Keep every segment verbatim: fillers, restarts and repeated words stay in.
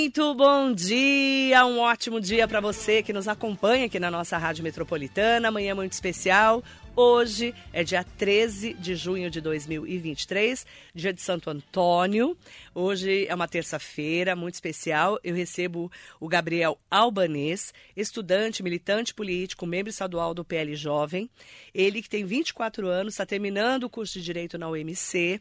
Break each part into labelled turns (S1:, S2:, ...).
S1: Muito bom dia, um ótimo dia para você que nos acompanha aqui na nossa Rádio Metropolitana. Amanhã é muito especial. Hoje é dia treze de junho de dois mil e vinte e três, dia de Santo Antônio. Hoje é uma terça-feira muito especial. Eu recebo o Gabriel Albanês, estudante, militante político, membro estadual do P L Jovem. Ele que tem vinte e quatro anos, está terminando o curso de Direito na U M C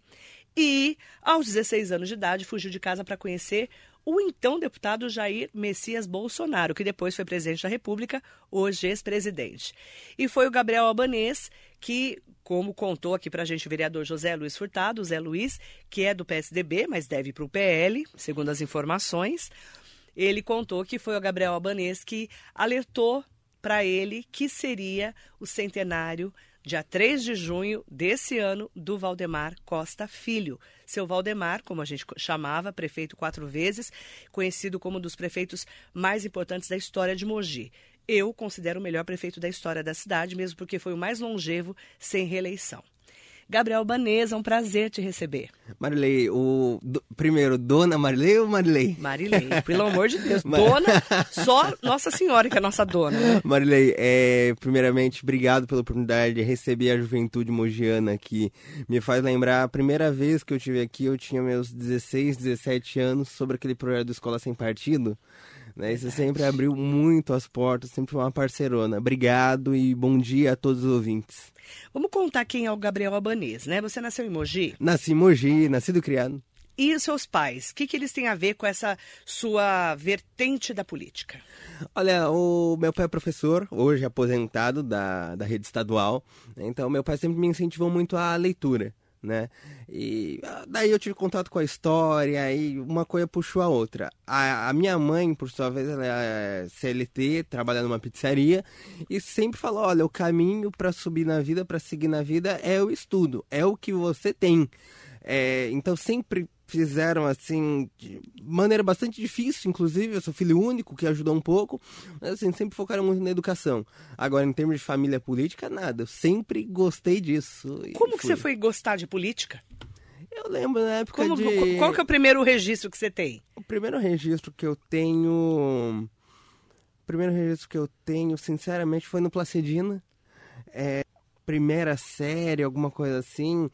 S1: e, aos dezesseis anos de idade, fugiu de casa para conhecer o então deputado Jair Messias Bolsonaro, que depois foi presidente da República, hoje ex-presidente. E foi o Gabriel Albanês que, como contou aqui pra gente o vereador José Luiz Furtado, o Zé Luiz, que é do P S D B, mas deve ir para o P L, segundo as informações, ele contou que foi o Gabriel Albanês que alertou para ele que seria o centenário dia três de junho desse ano, do Valdemar Costa Filho. Seu Valdemar, como a gente chamava, prefeito quatro vezes, conhecido como um dos prefeitos mais importantes da história de Mogi. Eu considero o melhor prefeito da história da cidade, mesmo porque foi o mais longevo sem reeleição. Gabriel Albanês, é um prazer te receber.
S2: Marilei, o do, primeiro, dona Marilei ou Marilei?
S1: Marilei, pelo amor de Deus. Dona, só Nossa Senhora que é a nossa dona. Né?
S2: Marilei, é, primeiramente, obrigado pela oportunidade de receber a juventude mogiana aqui. Me faz lembrar, a primeira vez que eu estive aqui, eu tinha meus dezesseis, dezessete anos, sobre aquele projeto do Escola Sem Partido. Né? Você sempre abriu muito as portas, sempre foi uma parceirona. Obrigado e bom dia a todos os ouvintes.
S1: Vamos contar quem é o Gabriel Albanês, né? Você nasceu em Mogi?
S2: Nasci em Mogi, nascido e criado.
S1: E os seus pais? O que, que eles têm a ver com essa sua vertente da política?
S2: Olha, o meu pai é professor, hoje aposentado da, da rede estadual. Então, meu pai sempre me incentivou muito à leitura. Né? E daí eu tive contato com a história e uma coisa puxou a outra. A, a minha mãe, por sua vez, ela é C L T, trabalha numa pizzaria e sempre falou, olha, o caminho para subir na vida, para seguir na vida é o estudo, é o que você tem. É, então sempre fizeram assim, de maneira bastante difícil, inclusive, eu sou filho único, que ajudou um pouco, mas assim, sempre focaram muito na educação. Agora, em termos de família política, nada, eu sempre gostei disso.
S1: Como que você foi gostar de política?
S2: Eu lembro na época
S1: Como,
S2: de...
S1: Qual que é o primeiro registro que você tem?
S2: O primeiro registro que eu tenho... O primeiro registro que eu tenho, sinceramente, foi no Placidina. É, primeira série, alguma coisa assim...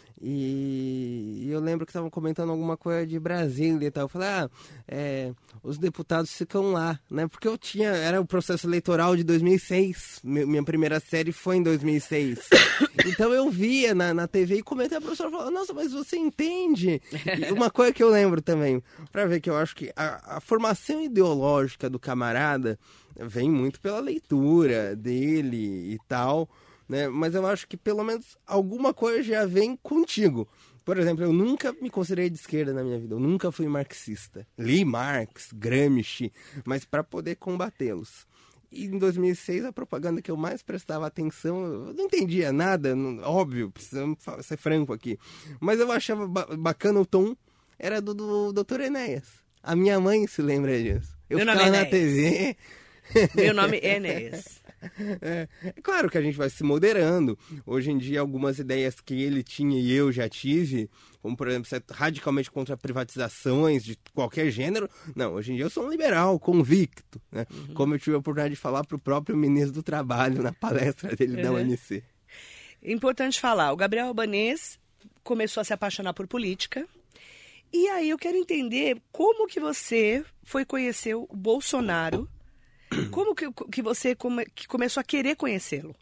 S2: E eu lembro que estavam comentando alguma coisa de Brasília e tal. Eu falei, ah, é, os deputados ficam lá, né? Porque eu tinha, era o processo eleitoral de dois mil e seis. Minha primeira série foi em dois mil e seis. Então eu via na, na T V e comentei, a professora falou, nossa, mas você entende? E uma coisa que eu lembro também, pra ver que eu acho que a, a formação ideológica do camarada vem muito pela leitura dele e tal. Né? Mas eu acho que pelo menos alguma coisa já vem contigo. Por exemplo, eu nunca me considerei de esquerda na minha vida, eu nunca fui marxista. Li Marx, Gramsci, mas para poder combatê-los. E em dois mil e seis a propaganda que eu mais prestava atenção, eu não entendia nada, óbvio, precisamos ser franco aqui. Mas eu achava bacana o tom, era do, do doutor Enéas. A minha mãe se lembra disso. Eu
S1: Meu
S2: ficava
S1: nome é
S2: na T V...
S1: Meu nome é Enéas.
S2: É, é claro que a gente vai se moderando. Hoje em dia, algumas ideias que ele tinha e eu já tive, como por exemplo, ser radicalmente contra privatizações de qualquer gênero. Não, hoje em dia eu sou um liberal convicto, né? Uhum. Como eu tive a oportunidade de falar para o próprio ministro do Trabalho na palestra dele uhum. da U N C.
S1: Importante falar, o Gabriel Albanês começou a se apaixonar por política. E aí eu quero entender como que você foi conhecer o Bolsonaro. Como que, que você come, que começou a querer conhecê-lo?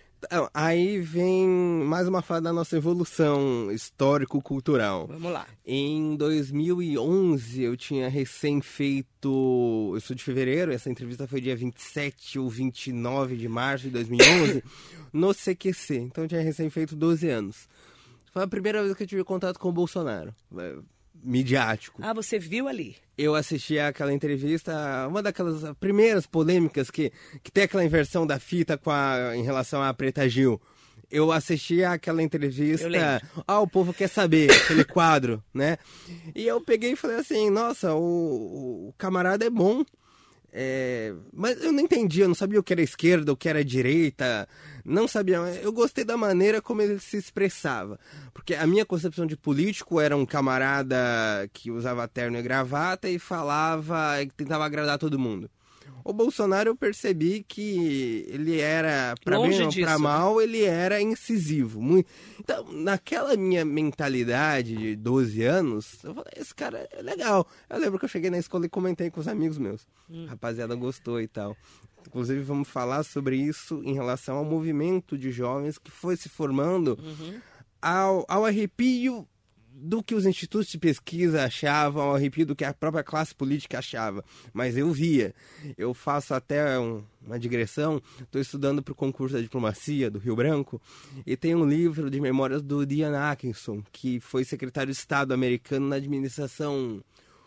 S2: Aí vem mais uma fase da nossa evolução histórico-cultural.
S1: Vamos lá.
S2: Em dois mil e onze, eu tinha recém feito... Eu sou de fevereiro, essa entrevista foi dia vinte e sete ou vinte e nove de março de dois mil e onze, no C Q C. Então eu tinha recém feito doze anos. Foi a primeira vez que eu tive contato com o Bolsonaro. Midiático.
S1: Ah, você viu ali?
S2: Eu assisti aquela entrevista, uma daquelas primeiras polêmicas que, que tem aquela inversão da fita com a, em relação à Preta Gil. Eu assisti aquela entrevista, ah, o povo quer saber, aquele quadro, né? E eu peguei e falei assim, nossa, o, o camarada é bom. É, mas eu não entendia, eu não sabia o que era esquerda, o que era direita, não sabia. Eu gostei da maneira como ele se expressava, porque a minha concepção de político era um camarada que usava terno e gravata e falava, e tentava agradar todo mundo. O Bolsonaro, eu percebi que ele era, pra bem ou pra mal, ele era incisivo. Muito... Então, naquela minha mentalidade de doze anos, eu falei, esse cara é legal. Eu lembro que eu cheguei na escola e comentei com os amigos meus. Hum. A rapaziada gostou e tal. Inclusive, vamos falar sobre isso em relação ao movimento de jovens que foi se formando uhum. ao, ao arrepio do que os institutos de pesquisa achavam, ao arrepio do que a própria classe política achava. Mas eu via. Eu faço até um, uma digressão. Estou estudando para o concurso da diplomacia do Rio Branco e tem um livro de memórias do Ian Atkinson, que foi secretário de Estado americano na administração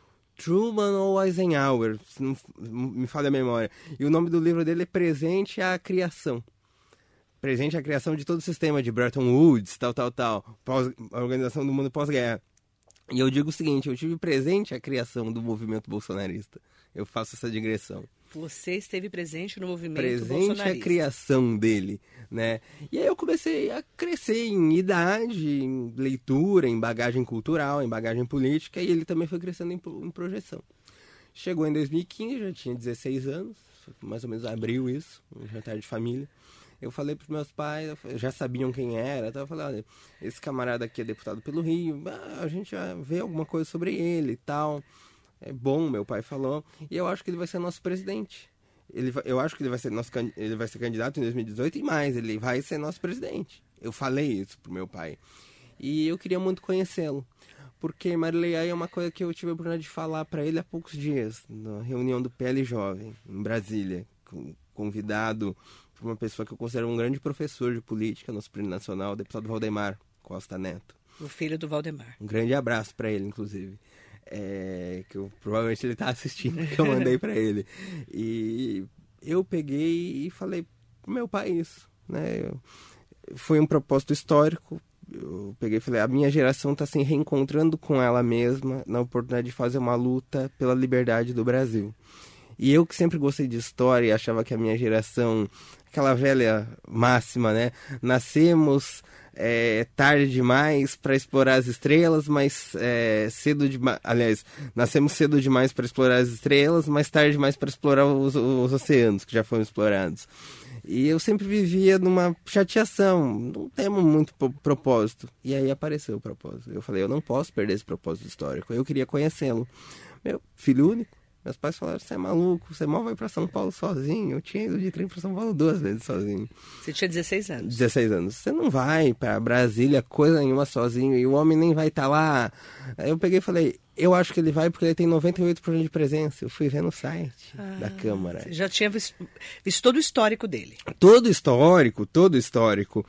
S2: Truman ou Eisenhower, se não me falha a memória. E o nome do livro dele é Presente à Criação. Presente à criação de todo o sistema de Bretton Woods, tal, tal, tal, pós, a organização do mundo pós-guerra. E eu digo o seguinte, eu tive presente à criação do movimento bolsonarista. Eu faço essa digressão.
S1: Você esteve presente no movimento
S2: presente
S1: bolsonarista.
S2: Presente à criação dele, né? E aí eu comecei a crescer em idade, em leitura, em bagagem cultural, em bagagem política, e ele também foi crescendo em, em projeção. Chegou em dois mil e quinze, já tinha dezesseis anos, mais ou menos abril isso, um jantar de família. Eu falei para os meus pais, já sabiam quem era, então eu falei, olha, esse camarada aqui é deputado pelo Rio, a gente vai ver alguma coisa sobre ele e tal. É bom, meu pai falou, e eu acho que ele vai ser nosso presidente. Ele vai, eu acho que ele vai ser nosso ele vai ser candidato em dois mil e dezoito e mais, ele vai ser nosso presidente. Eu falei isso pro meu pai. E eu queria muito conhecê-lo, porque Marilei é uma coisa que eu tive a oportunidade de falar para ele há poucos dias, na reunião do P L Jovem, em Brasília, convidado por uma pessoa que eu considero um grande professor de política no Supremo Nacional, o deputado Valdemar Costa Neto.
S1: O filho do Valdemar.
S2: Um grande abraço para ele, inclusive. É, que eu, provavelmente ele está assistindo, que eu mandei para ele. E eu peguei e falei pro meu pai isso, né? Eu, foi um propósito histórico. Eu peguei e falei, a minha geração está se reencontrando com ela mesma na oportunidade de fazer uma luta pela liberdade do Brasil. E eu que sempre gostei de história e achava que a minha geração, aquela velha máxima, né? Nascemos é, tarde demais para explorar as estrelas, mas é, cedo demais... Aliás, nascemos cedo demais para explorar as estrelas, mas tarde demais para explorar os, os oceanos, que já foram explorados. E eu sempre vivia numa chateação, não temos muito propósito. E aí apareceu o propósito. Eu falei, eu não posso perder esse propósito histórico, eu queria conhecê-lo. Meu filho único. Meus pais falaram, você é maluco, você mal vai pra São Paulo sozinho. Eu tinha ido de trem pra São Paulo duas vezes sozinho.
S1: Você tinha dezesseis anos.
S2: dezesseis anos. Você não vai pra Brasília coisa nenhuma sozinho e o homem nem vai estar tá lá. Aí eu peguei e falei, eu acho que ele vai porque ele tem noventa e oito por cento de presença. Eu fui ver no site ah, da Câmara.
S1: Você já tinha visto, visto todo o histórico dele.
S2: Todo histórico, todo histórico.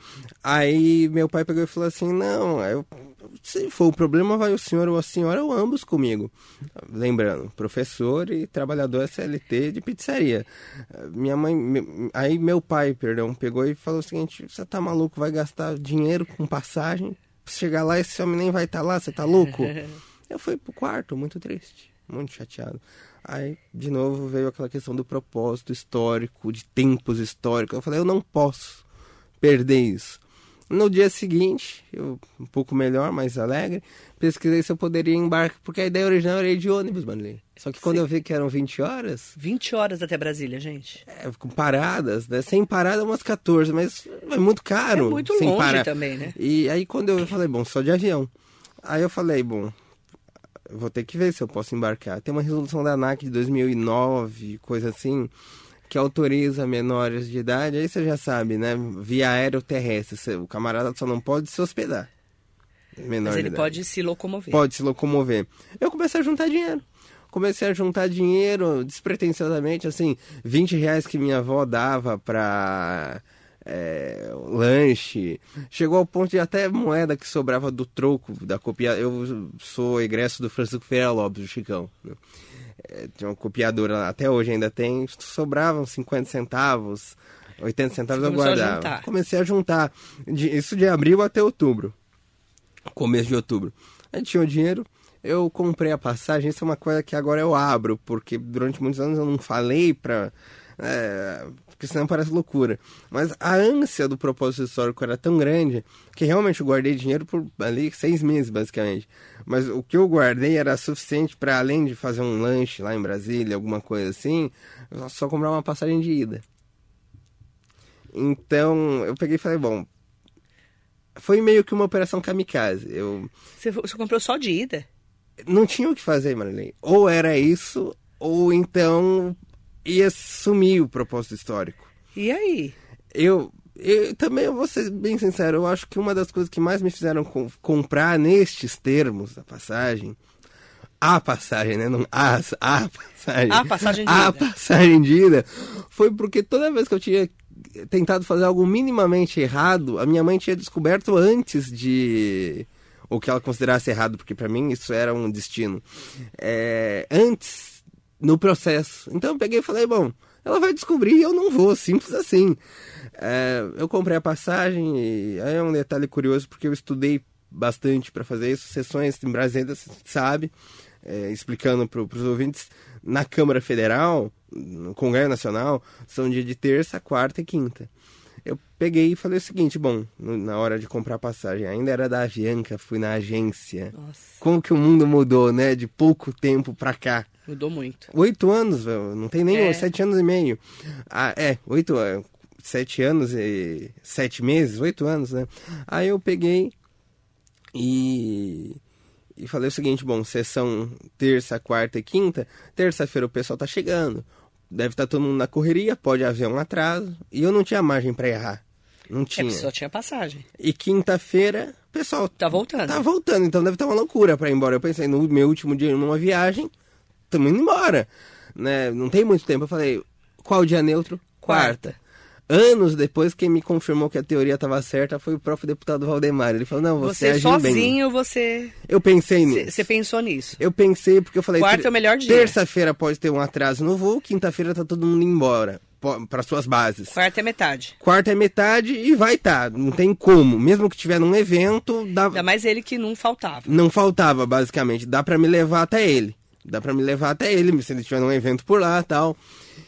S2: Aí meu pai pegou e falou assim, não, eu... se for o problema, vai o senhor ou a senhora ou ambos comigo. Lembrando, professor e trabalhador S L T de pizzaria. Minha mãe, aí meu pai, perdão, pegou e falou o seguinte, você tá maluco, vai gastar dinheiro com passagem, chegar lá esse homem nem vai estar tá lá, você tá louco? Eu fui pro quarto, muito triste, muito chateado. Aí, de novo, veio aquela questão do propósito histórico, de tempos históricos. Eu falei, eu não posso perder isso. No dia seguinte, eu, um pouco melhor, mais alegre, pesquisei se eu poderia embarcar, porque a ideia original era ir de ônibus, Marilei. Só que quando Sim. eu vi que eram vinte horas...
S1: vinte horas até Brasília, gente.
S2: É, com paradas, né? Sem parada umas quatorze, mas é muito caro.
S1: É muito
S2: sem
S1: longe
S2: parar.
S1: também, né?
S2: E aí quando eu falei, bom, só de avião. Aí eu falei, bom, eu vou ter que ver se eu posso embarcar. Tem uma resolução da ANAC de dois mil e nove, coisa assim... que autoriza menores de idade, aí você já sabe, né? Via aéreo terrestre, o camarada só não pode se hospedar. Menor
S1: Mas ele
S2: de idade.
S1: pode se locomover.
S2: Pode se locomover. Eu comecei a juntar dinheiro. Comecei a juntar dinheiro despretensiosamente, assim, vinte reais que minha avó dava pra é, lanche. Chegou ao ponto de até moeda que sobrava do troco da copiadora. Eu sou egresso do Francisco Ferreira Lopes, do Chicão, né? É, tinha uma copiadora, até hoje ainda tem, sobravam cinquenta centavos, oitenta centavos eu guardava. Comecei a juntar, de, isso de abril até outubro, começo de outubro. Aí tinha o dinheiro, eu comprei a passagem, isso é uma coisa que agora eu abro, porque durante muitos anos eu não falei pra... É, porque senão parece loucura. Mas a ânsia do propósito histórico era tão grande que realmente eu guardei dinheiro por ali seis meses, basicamente. Mas o que eu guardei era suficiente para, além de fazer um lanche lá em Brasília, alguma coisa assim, eu só comprar uma passagem de ida. Então eu peguei e falei, bom, foi meio que uma operação kamikaze. Eu...
S1: Você, você comprou só de ida?
S2: Não tinha o que fazer, Marilene. Ou era isso, ou então ia sumir o propósito histórico.
S1: E aí?
S2: Eu, eu também, eu vou ser bem sincero, eu acho que uma das coisas que mais me fizeram com, comprar nestes termos a passagem, a passagem, né? Não, a, a passagem.
S1: A passagem de
S2: a
S1: ida.
S2: passagem de ida, foi porque toda vez que eu tinha tentado fazer algo minimamente errado, a minha mãe tinha descoberto antes de... o que ela considerasse errado, porque pra mim isso era um destino. É, antes, no processo. Então eu peguei e falei, bom, ela vai descobrir e eu não vou, simples assim. É, eu comprei a passagem e aí é um detalhe curioso, porque eu estudei bastante para fazer isso, sessões em Brasília, você sabe, é, explicando para os ouvintes, na Câmara Federal, no Congresso Nacional, são dia de terça, quarta e quinta. Eu peguei e falei o seguinte, bom, na hora de comprar a passagem, ainda era da Avianca, fui na agência.
S1: Nossa.
S2: Como que o mundo mudou, né, de pouco tempo pra cá.
S1: Mudou muito.
S2: Oito anos, velho, não tem nem
S1: É.
S2: sete anos e meio. Ah, é, oito, sete anos e sete meses, oito anos, né. Aí eu peguei e... e falei o seguinte, bom, sessão terça, quarta e quinta, terça-feira o pessoal tá chegando. Deve estar todo mundo na correria, pode haver um atraso. E eu não tinha margem para errar. Não tinha.
S1: É, só tinha passagem.
S2: E quinta-feira, o pessoal...
S1: Tá voltando.
S2: Tá voltando, então deve estar uma loucura para ir embora. Eu pensei, no meu último dia numa viagem, estamos indo embora. Né? Não tem muito tempo. Eu falei, qual dia neutro?
S1: Quarta.
S2: Quarta. Anos depois, quem me confirmou que a teoria estava certa foi o próprio deputado Valdemar. Ele falou, não, você,
S1: Você
S2: agiu bem.
S1: sozinho, você...
S2: Eu pensei nisso.
S1: Você pensou nisso.
S2: Eu pensei porque eu falei...
S1: Quarta é o melhor dia.
S2: Terça-feira pode ter um atraso no voo, quinta-feira tá todo mundo indo embora para suas bases.
S1: Quarta é metade.
S2: Quarta é metade e vai estar, tá, não tem como. Mesmo que tiver num evento, dá...
S1: Ainda mais ele que não faltava.
S2: Não faltava, basicamente. Dá para me levar até ele. Dá para me levar até ele, se ele tiver num evento por lá e tal.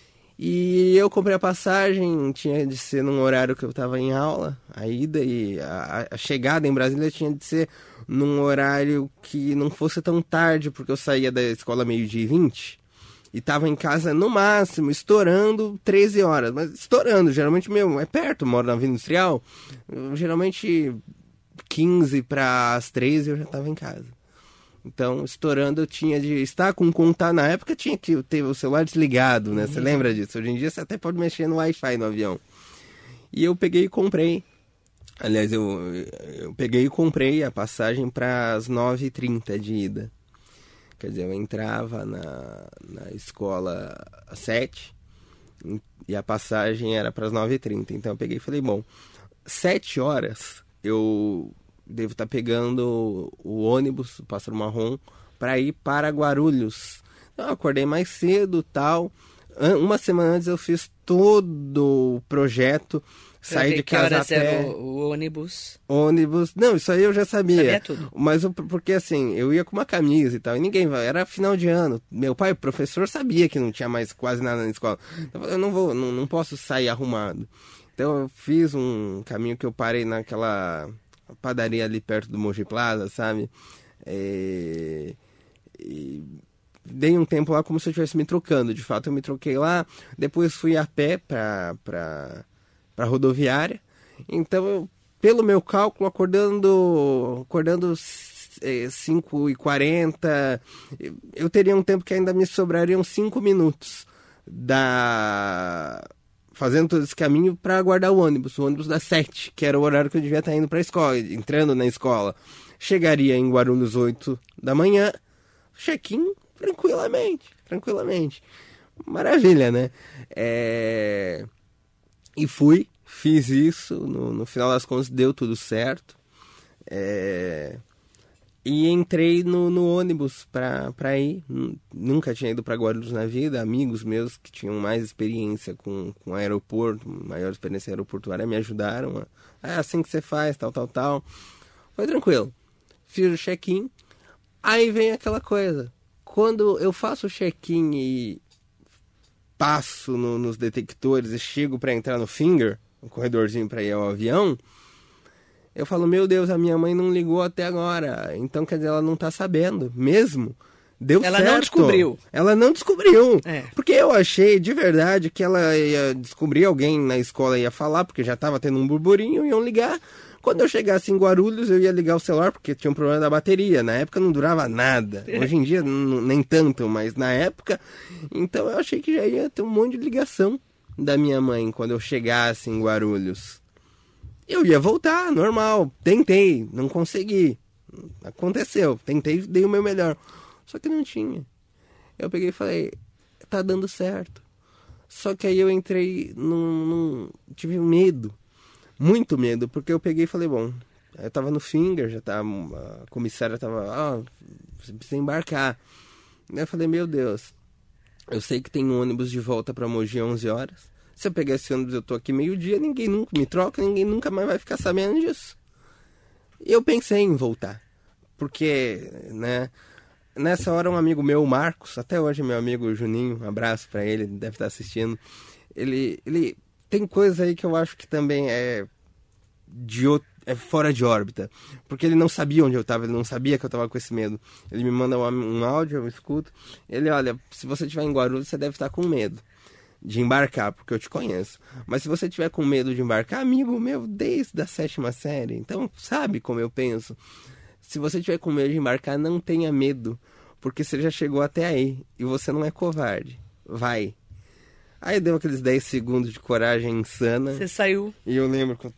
S2: E eu comprei a passagem, tinha de ser num horário que eu estava em aula, a ida e a, a chegada em Brasília tinha de ser num horário que não fosse tão tarde, porque eu saía da escola meio-dia e vinte e estava em casa no máximo, estourando treze horas, mas estourando, geralmente meu, é perto, eu moro na Vila Industrial, eu, geralmente quinze para as treze eu já estava em casa. Então, estourando, eu tinha de estar com contato. Na época tinha que ter o celular desligado, né? Você uhum. lembra disso? Hoje em dia você até pode mexer no Wi-Fi no avião. E eu peguei e comprei. Aliás, eu, eu peguei e comprei a passagem para as nove e trinta de ida. Quer dizer, eu entrava na, na escola às sete e a passagem era para as nove e trinta. Então eu peguei e falei, bom, sete horas eu... devo estar pegando o ônibus, o Pássaro Marrom, para ir para Guarulhos. Então, eu acordei mais cedo, tal. Uma semana antes eu fiz todo o projeto,
S1: pra
S2: saí de casa a pé.
S1: Era o, o ônibus.
S2: Ônibus. Não, isso aí eu já sabia.
S1: Sabia tudo.
S2: Mas eu, porque assim, eu ia com uma camisa e tal, e ninguém vai. Era final de ano. Meu pai, professor, sabia que não tinha mais quase nada na escola. Então, eu não vou, não, não posso sair arrumado. Então eu fiz um caminho que eu parei naquela padaria ali perto do Mogi Plaza, sabe? É... E... dei um tempo lá como se eu estivesse me trocando. De fato, eu me troquei lá. Depois fui a pé para para para rodoviária. Então, eu, pelo meu cálculo, acordando acordando é, cinco e quarenta, eu teria um tempo que ainda me sobrariam cinco minutos da... fazendo todo esse caminho para aguardar o ônibus, o ônibus das sete, que era o horário que eu devia estar indo para a escola, entrando na escola. Chegaria em Guarulhos oito da manhã, check-in tranquilamente, tranquilamente. Maravilha, né? É... E fui, fiz isso, no, no final das contas deu tudo certo. É... E entrei no, no ônibus pra, pra ir. Nunca tinha ido pra Guarulhos na vida. Amigos meus que tinham mais experiência com, com aeroporto, maior experiência aeroportuária, me ajudaram. A, é assim que você faz, tal, tal, tal. Foi tranquilo. Fiz o check-in. Aí vem aquela coisa. Quando eu faço o check-in e passo no, nos detectores e chego para entrar no Finger, no corredorzinho para ir ao avião, eu falo, meu Deus, a minha mãe não ligou até agora. Então, quer dizer, ela não tá sabendo mesmo. Deu
S1: ela
S2: certo.
S1: Ela não descobriu.
S2: Ela não descobriu.
S1: É.
S2: Porque eu achei, de verdade, que ela ia descobrir, alguém na escola ia falar, porque já tava tendo um burburinho, iam ligar. Quando eu chegasse em Guarulhos, eu ia ligar o celular, porque tinha um problema da bateria. Na época não durava nada. Hoje em dia, n- nem tanto, mas na época... Então eu achei que já ia ter um monte de ligação da minha mãe quando eu chegasse em Guarulhos. Eu ia voltar, normal. Tentei, não consegui. Aconteceu. Tentei, dei o meu melhor. Só que não tinha. Eu peguei e falei, tá dando certo. Só que aí eu entrei num... num tive medo. Muito medo, porque eu peguei e falei, bom, eu tava no Finger, já tava, a comissária tava, ah, você precisa embarcar. Aí eu falei, meu Deus, eu sei que tem um ônibus de volta pra Mogi às onze horas. Se eu pegar esse ônibus, eu tô aqui meio-dia, ninguém nunca me troca, ninguém nunca mais vai ficar sabendo disso. E eu pensei em voltar, porque, né, nessa hora um amigo meu, o Marcos, até hoje meu amigo Juninho, um abraço pra ele, ele deve estar assistindo, ele... ele tem coisa aí que eu acho que também é, de, é fora de órbita. Porque ele não sabia onde eu estava, ele não sabia que eu estava com esse medo. Ele me manda um, um áudio, eu escuto. Ele, olha, se você estiver em Guarulhos, você deve estar com medo de embarcar, porque eu te conheço. Mas se você tiver com medo de embarcar, amigo meu, desde a sétima série, então sabe como eu penso. Se você tiver com medo de embarcar, não tenha medo, porque você já chegou até aí e você não é covarde. Vai. Aí deu aqueles dez segundos de coragem insana.
S1: Você saiu.
S2: E eu lembro que...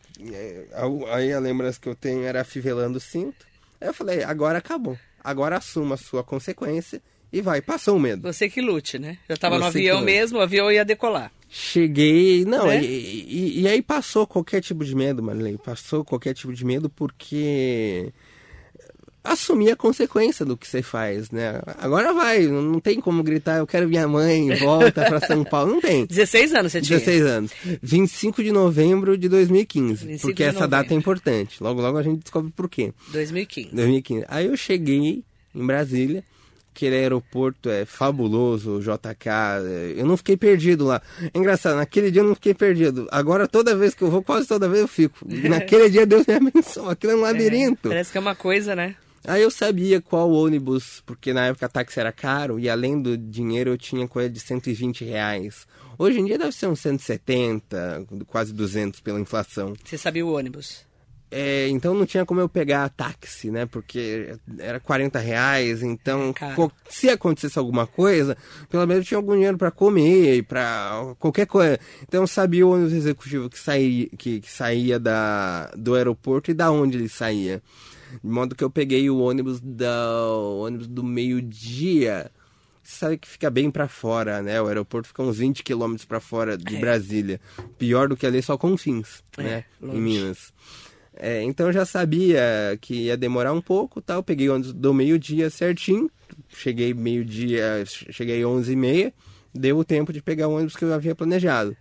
S2: Eu, aí a lembrança que eu tenho era afivelando o cinto. Aí eu falei, agora acabou. Agora assuma a sua consequência e vai. Passou o medo.
S1: Você que lute, né? Eu tava
S2: Você
S1: no avião mesmo, o avião ia decolar.
S2: Cheguei... Não,
S1: né?
S2: e, e, e aí passou qualquer tipo de medo, Marilei. Passou qualquer tipo de medo porque... assumir a consequência do que você faz, né? Agora vai, não tem como gritar, eu quero minha mãe, volta pra São Paulo, não tem.
S1: dezesseis anos você tinha?
S2: dezesseis anos. vinte e cinco de novembro de dois mil e quinze, porque essa
S1: novembro.
S2: data é importante. Logo, logo a gente descobre por quê.
S1: dois mil e quinze.
S2: dois mil e quinze. Aí eu cheguei em Brasília, aquele aeroporto é fabuloso, J K, eu não fiquei perdido lá. É engraçado, naquele dia eu não fiquei perdido. Agora, toda vez que eu vou, quase toda vez eu fico. Naquele dia Deus me abençoou, aquilo é um labirinto.
S1: É, parece que é uma coisa, né?
S2: Aí eu sabia qual ônibus, porque na época táxi era caro e além do dinheiro eu tinha coisa de cento e vinte reais. Hoje em dia deve ser uns cento e setenta, quase duzentos pela inflação.
S1: Você sabia o ônibus?
S2: É, então não tinha como eu pegar táxi, né? Porque era quarenta reais, então
S1: É,
S2: co- se acontecesse alguma coisa, pelo menos eu tinha algum dinheiro para comer, para qualquer coisa. Então eu sabia o ônibus executivo que saía, que, que saía da, do aeroporto e da onde ele saía. De modo que eu peguei o ônibus, da, o ônibus do meio-dia. Você sabe que fica bem pra fora, né? O aeroporto fica uns vinte quilômetros pra fora de
S1: É.
S2: Brasília. Pior do que ali só Confins,
S1: É,
S2: né?
S1: longe.
S2: Em Minas. É, então eu já sabia que ia demorar um pouco, tá? Eu peguei o ônibus do meio-dia certinho. Cheguei meio-dia, cheguei onze e meia. Deu o tempo de pegar o ônibus que eu havia planejado.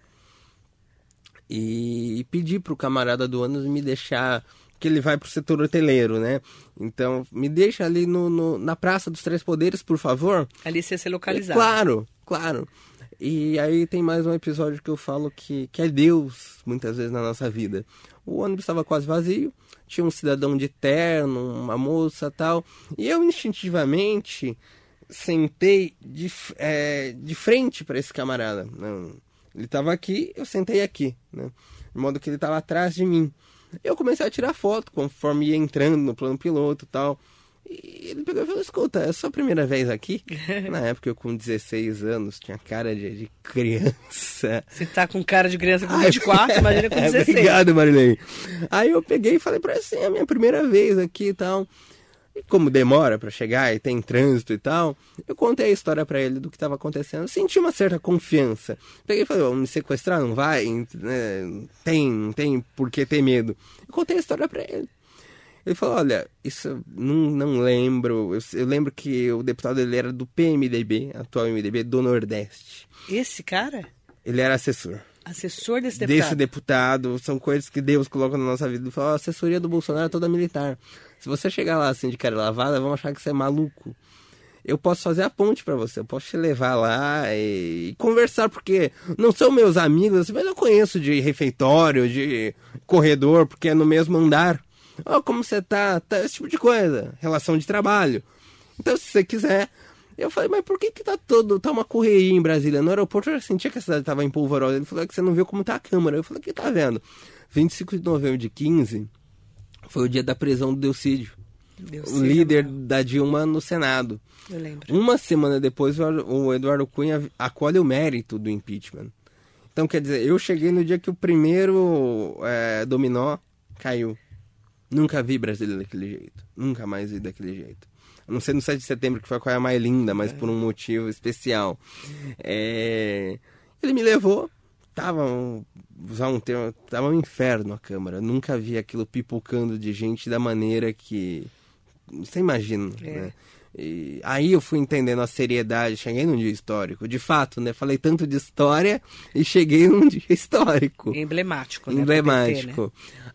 S2: E, e pedi pro camarada do ônibus me deixar... que ele vai pro setor hoteleiro, né? Então, me deixa ali no, no, na Praça dos Três Poderes, por favor.
S1: Ali você ia ser localizado.
S2: Claro, claro. E aí tem mais um episódio que eu falo que, que é Deus, muitas vezes, na nossa vida. O ônibus estava quase vazio, tinha um cidadão de terno, uma moça e tal. E eu, instintivamente, sentei de, é, de frente para esse camarada. Ele estava aqui, eu sentei aqui, né? De modo que ele estava atrás de mim. Eu comecei a tirar foto conforme ia entrando no plano piloto e tal. E ele pegou e falou, escuta, é a sua primeira vez aqui? Na época eu com dezesseis anos, tinha cara de, de criança.
S1: Você tá com cara de criança com vinte e quatro, imagina com dezesseis.
S2: Obrigado, Marilei. Aí eu peguei e falei pra ele assim, é a minha primeira vez aqui e tal. E como demora pra chegar e tem trânsito e tal, eu contei a história pra ele do que tava acontecendo. Eu senti uma certa confiança. Peguei e falei, vamos me sequestrar? Não vai? Né? Tem, não tem por que ter medo. Eu contei a história pra ele. Ele falou, olha, isso eu não, não lembro. Eu, eu lembro que o deputado dele era do P M D B, atual M D B, do Nordeste.
S1: Esse cara?
S2: Ele era assessor.
S1: Assessor desse deputado.
S2: Desse deputado. São coisas que Deus coloca na nossa vida. Fala, a assessoria do Bolsonaro é toda militar. Se você chegar lá assim de cara lavada, vão achar que você é maluco. Eu posso fazer a ponte pra você, eu posso te levar lá e, e conversar, porque não são meus amigos, assim, mas eu conheço de refeitório, de corredor, porque é no mesmo andar. Oh, como você tá? Tá, esse tipo de coisa, relação de trabalho. Então, se você quiser... Eu falei, mas por que que tá todo... Tá uma correria em Brasília? No aeroporto eu já sentia que a cidade tava em polvorosa. Ele falou que você não viu como tá a Câmara. Eu falei, que tá vendo? vinte e cinco de novembro de quinze foi o dia da prisão do Delcídio. O líder da Dilma no Senado.
S1: Eu lembro.
S2: Uma semana depois, o Eduardo Cunha acolhe o mérito do impeachment. Então, quer dizer, eu cheguei no dia que o primeiro é, dominó caiu. Nunca vi Brasília daquele jeito. Nunca mais vi daquele jeito. A não ser no sete de setembro, que foi a coisa mais linda, mas é. por um motivo especial. É... Ele me levou. Tava um, usar um termo, tava um inferno a Câmara. Eu nunca vi aquilo pipocando de gente da maneira que... Você imagina, é. né? E aí eu fui entendendo a seriedade, cheguei num dia histórico. De fato, né? Falei tanto de história e cheguei num dia histórico.
S1: Emblemático, né?
S2: Emblemático. P T, né?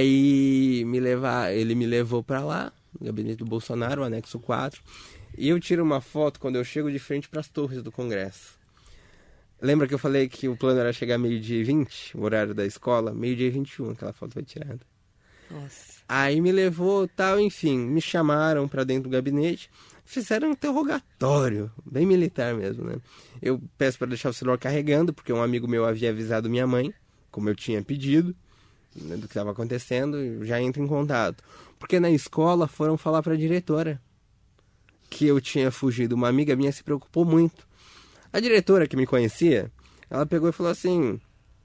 S2: Aí me levar, ele me levou pra lá, no gabinete do Bolsonaro, o anexo quatro. E eu tiro uma foto quando eu chego de frente pras torres do Congresso. Lembra que eu falei que o plano era chegar meio-dia e vinte, o horário da escola? Meio-dia e vinte e um, aquela foto foi tirada.
S1: Nossa.
S2: Aí me levou, tal, enfim, me chamaram pra dentro do gabinete, fizeram um interrogatório, bem militar mesmo, né? Eu peço pra deixar o celular carregando, porque um amigo meu havia avisado minha mãe, como eu tinha pedido, né, do que estava acontecendo, eu já entro em contato. Porque na escola foram falar pra diretora que eu tinha fugido. Uma amiga minha se preocupou muito. A diretora que me conhecia, ela pegou e falou assim...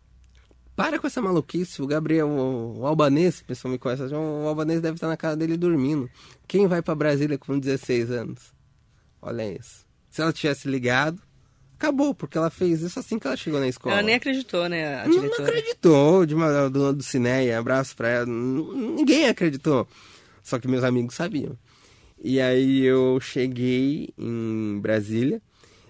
S2: Para com essa maluquice, o Gabriel, o, o albanês, o pessoal me conhece, o albanês deve estar na casa dele dormindo. Quem vai pra Brasília com dezesseis anos? Olha isso. Se ela tivesse ligado, acabou, porque ela fez isso assim que ela chegou na escola.
S1: Ela nem acreditou, né, a diretora?
S2: Não acreditou, de uma dona do Cineia, abraço pra ela, ninguém acreditou. Só que meus amigos sabiam. E aí eu cheguei em Brasília.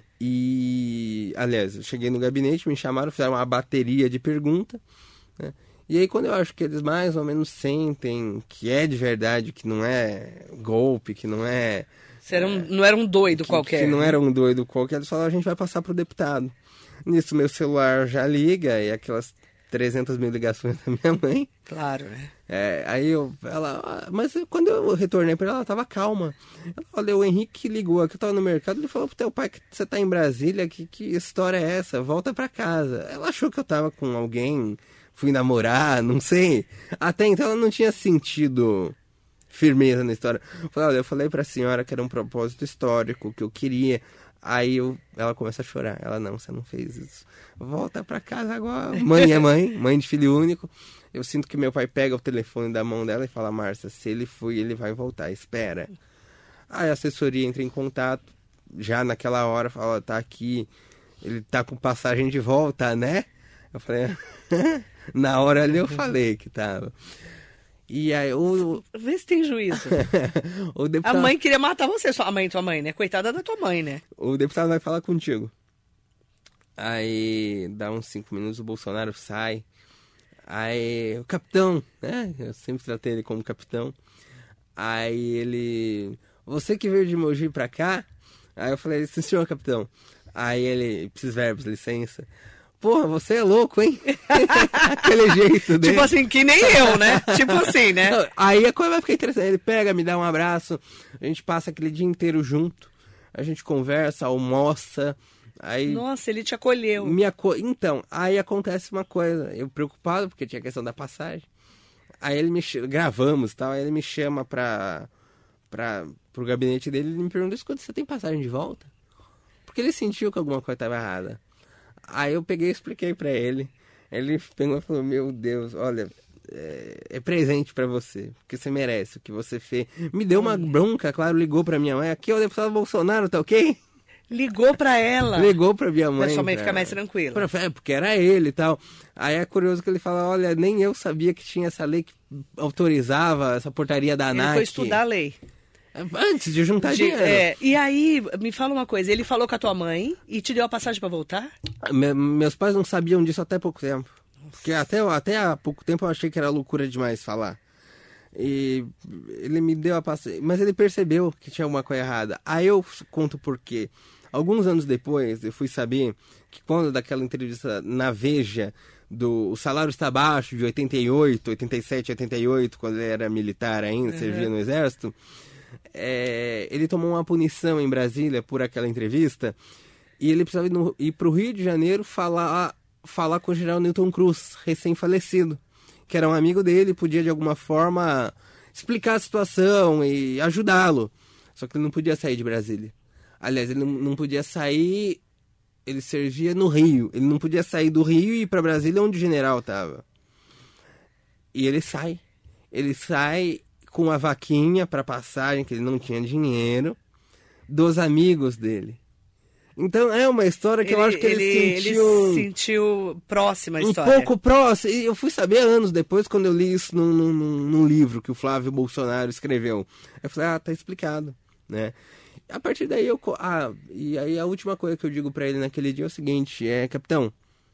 S2: E, aliás, eu cheguei no gabinete, me chamaram, fizeram uma bateria de perguntas, né? E aí quando eu acho que eles mais ou menos sentem que é de verdade, que não é golpe, que não é...
S1: Você era um, é, não era um doido
S2: que,
S1: qualquer.
S2: Que não era um doido qualquer, eles falaram, a gente vai passar pro deputado. Nisso meu celular já liga, e aquelas trezentas mil ligações da minha mãe.
S1: Claro, né?
S2: É, aí eu, ela, mas quando eu retornei pra ela, ela tava calma. Ela, olha, o Henrique ligou aqui, eu tava no mercado, ele falou pro teu pai que você tá em Brasília, que, que história é essa? Volta pra casa. Ela achou que eu tava com alguém, fui namorar, não sei. Até então ela não tinha sentido firmeza na história. Eu falei, olha, eu falei pra senhora que era um propósito histórico, que eu queria... Aí eu, ela começa a chorar. Ela, não, você não fez isso. Volta pra casa agora. Mãe é mãe, mãe de filho único. Eu sinto que meu pai pega o telefone da mão dela e fala, Márcia, se ele for, ele vai voltar, espera. Aí a assessoria entra em contato, já naquela hora, fala, tá aqui, ele tá com passagem de volta, né? Eu falei, na hora ali eu falei que tava. E aí o...
S1: Vê se tem juízo.
S2: o deputado...
S1: A mãe queria matar você, sua mãe, tua mãe, né? Coitada da tua mãe, né?
S2: O deputado vai falar contigo. Aí dá uns cinco minutos, o Bolsonaro sai. Aí o capitão, né? Eu sempre tratei ele como capitão. Aí ele... Você que veio de Mogi pra cá? Aí eu falei, sim senhor capitão. Aí ele, precisa verbos, licença. Porra, você é louco, hein? Aquele jeito dele.
S1: Tipo assim, que nem eu, né? Tipo assim, né?
S2: Aí a coisa vai ficar interessante. Ele pega, me dá um abraço. A gente passa aquele dia inteiro junto. A gente conversa, almoça. Aí
S1: Nossa, ele te acolheu.
S2: Me aco... Então, aí acontece uma coisa. Eu preocupado, porque tinha a questão da passagem. Aí ele me chama, gravamos e tal. Aí ele me chama pra, pra, pro gabinete dele. Ele me pergunta, escuta, você tem passagem de volta? Porque ele sentiu que alguma coisa estava errada. Aí eu peguei e expliquei pra ele. Ele pegou e falou, meu Deus, olha, é, é presente pra você, porque você merece o que você fez. Me deu uma bronca, claro, ligou pra minha mãe. Aqui é o deputado Bolsonaro, tá ok?
S1: Ligou pra ela.
S2: Ligou pra minha mãe.
S1: Pra sua mãe
S2: pra...
S1: ficar mais tranquila.
S2: Pra... É, porque era ele e tal. Aí é curioso que ele fala, olha, nem eu sabia que tinha essa lei que autorizava essa portaria da ANAC.
S1: Ele foi estudar a lei.
S2: Antes de juntar
S1: De-
S2: dinheiro.
S1: é, e aí, me fala uma coisa, ele falou com a tua mãe e te deu a passagem pra voltar?
S2: Me- meus pais não sabiam disso até pouco tempo. Porque até, até há pouco tempo eu achei que era loucura demais falar. E ele me deu a passagem, mas ele percebeu que tinha alguma coisa errada. Aí eu conto por quê. Alguns anos depois, eu fui saber que quando daquela entrevista na Veja, do o salário está abaixo de oitenta e oito, oitenta e sete, oitenta e oito, quando ele era militar ainda,
S1: Uhum.
S2: servia no exército, é, ele tomou uma punição em Brasília por aquela entrevista e ele precisava ir, no, ir para o Rio de Janeiro falar, falar com o general Newton Cruz, recém-falecido, que era um amigo dele, podia de alguma forma explicar a situação e ajudá-lo. Só que ele não podia sair de Brasília. Aliás, ele não, não podia sair, ele servia no Rio. Ele não podia sair do Rio e ir para Brasília onde o general estava. E ele sai. Ele sai com a vaquinha para passagem, que ele não tinha dinheiro, dos amigos dele. Então é uma história que eu acho que ele,
S1: ele
S2: sentiu...
S1: ele sentiu próxima a
S2: um
S1: história.
S2: pouco próximo. E eu fui saber anos depois, quando eu li isso num, num, num livro que o Flávio Bolsonaro escreveu. Eu falei, ah, tá explicado, né? A partir daí eu... Ah, e aí a última coisa que eu digo pra ele naquele dia é o seguinte, é, capitão,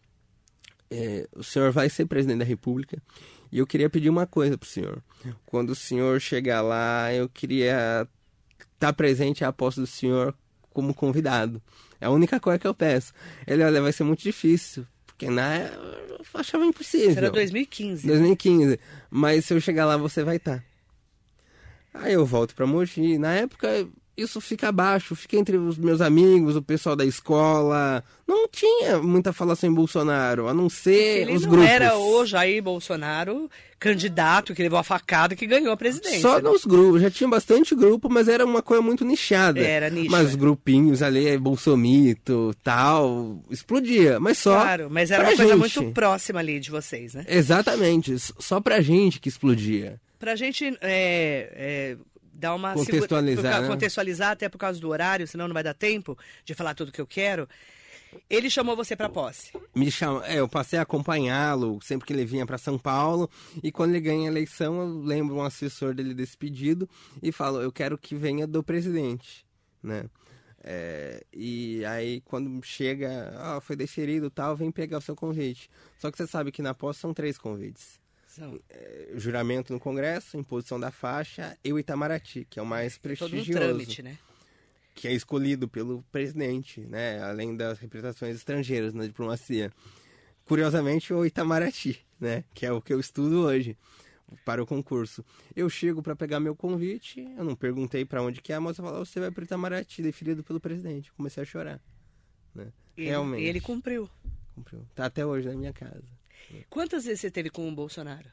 S2: é, o senhor vai ser presidente da República e eu queria pedir uma coisa pro senhor. Quando o senhor chegar lá, eu queria estar presente à posse do senhor como convidado. É a única coisa que eu peço. Ele, olha, vai ser muito difícil, porque na eu achava impossível.
S1: Isso era dois mil e quinze.
S2: dois mil e quinze. Mas se eu chegar lá, você vai estar. Aí eu volto pra Mogi. Na época, isso fica abaixo. Fica entre os meus amigos, o pessoal da escola. Não tinha muita falação em Bolsonaro, a não ser
S1: Ele
S2: os
S1: não
S2: grupos.
S1: era o Jair Bolsonaro, candidato que levou a facada que ganhou a presidência.
S2: Só
S1: né?
S2: nos grupos, já tinha bastante grupo, mas era uma coisa muito nichada.
S1: Era nicho,
S2: Mas
S1: é.
S2: grupinhos ali, bolsomito, tal, explodia. Mas só
S1: Claro, mas era
S2: pra
S1: uma coisa
S2: gente.
S1: muito próxima ali de vocês, né?
S2: Exatamente, só pra gente que explodia.
S1: Pra gente é, é, dar uma...
S2: Contextualizar,
S1: segura-
S2: né?
S1: Contextualizar, até por causa do horário, senão não vai dar tempo de falar tudo que eu quero. Ele chamou você pra posse.
S2: Me chama, é, eu passei a acompanhá-lo sempre que ele vinha para São Paulo, e quando ele ganha a eleição, eu lembro um assessor dele desse pedido e falo, eu quero que venha do presidente, né? É, e aí quando chega, ah, foi deferido, tal, vem pegar o seu convite. Só que você sabe que na posse são três convites.
S1: São
S2: É, juramento no Congresso, imposição da faixa e o Itamaraty, que é o mais
S1: todo um
S2: prestigioso.
S1: trâmite, né?
S2: Que é escolhido pelo presidente, né? Além das representações estrangeiras na diplomacia. Curiosamente, o Itamaraty, né? Que é o que eu estudo hoje para o concurso. Eu chego para pegar meu convite, eu não perguntei para onde que é, a moça falou, você vai para o Itamaraty, deferido pelo presidente. Comecei a chorar, né?
S1: E ele,
S2: Realmente.
S1: e ele cumpriu.
S2: Cumpriu. Tá até hoje na minha casa.
S1: Quantas vezes você teve com o Bolsonaro?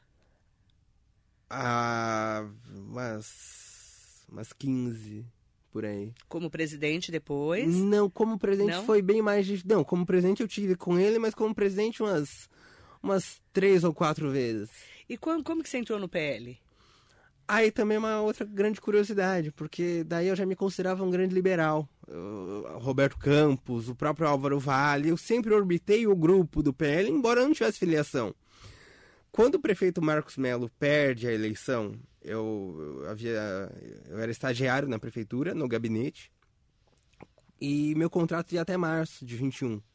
S2: Ah, umas, umas quinze, por aí.
S1: Como presidente depois?
S2: Não, como presidente
S1: Não?
S2: foi bem mais... dif- Não, como presidente eu tive com ele, mas como presidente umas, umas três ou quatro vezes.
S1: E quando, como que você entrou no P L?
S2: Aí também é uma outra grande curiosidade, porque daí eu já me considerava um grande liberal. Eu- Roberto Campos, o próprio Álvaro Vale, eu sempre orbitei o grupo do P L, embora eu não tivesse filiação. Quando o prefeito Marcos Melo perde a eleição, eu, eu havia, eu era estagiário na prefeitura, no gabinete, e meu contrato ia até março de vinte e um.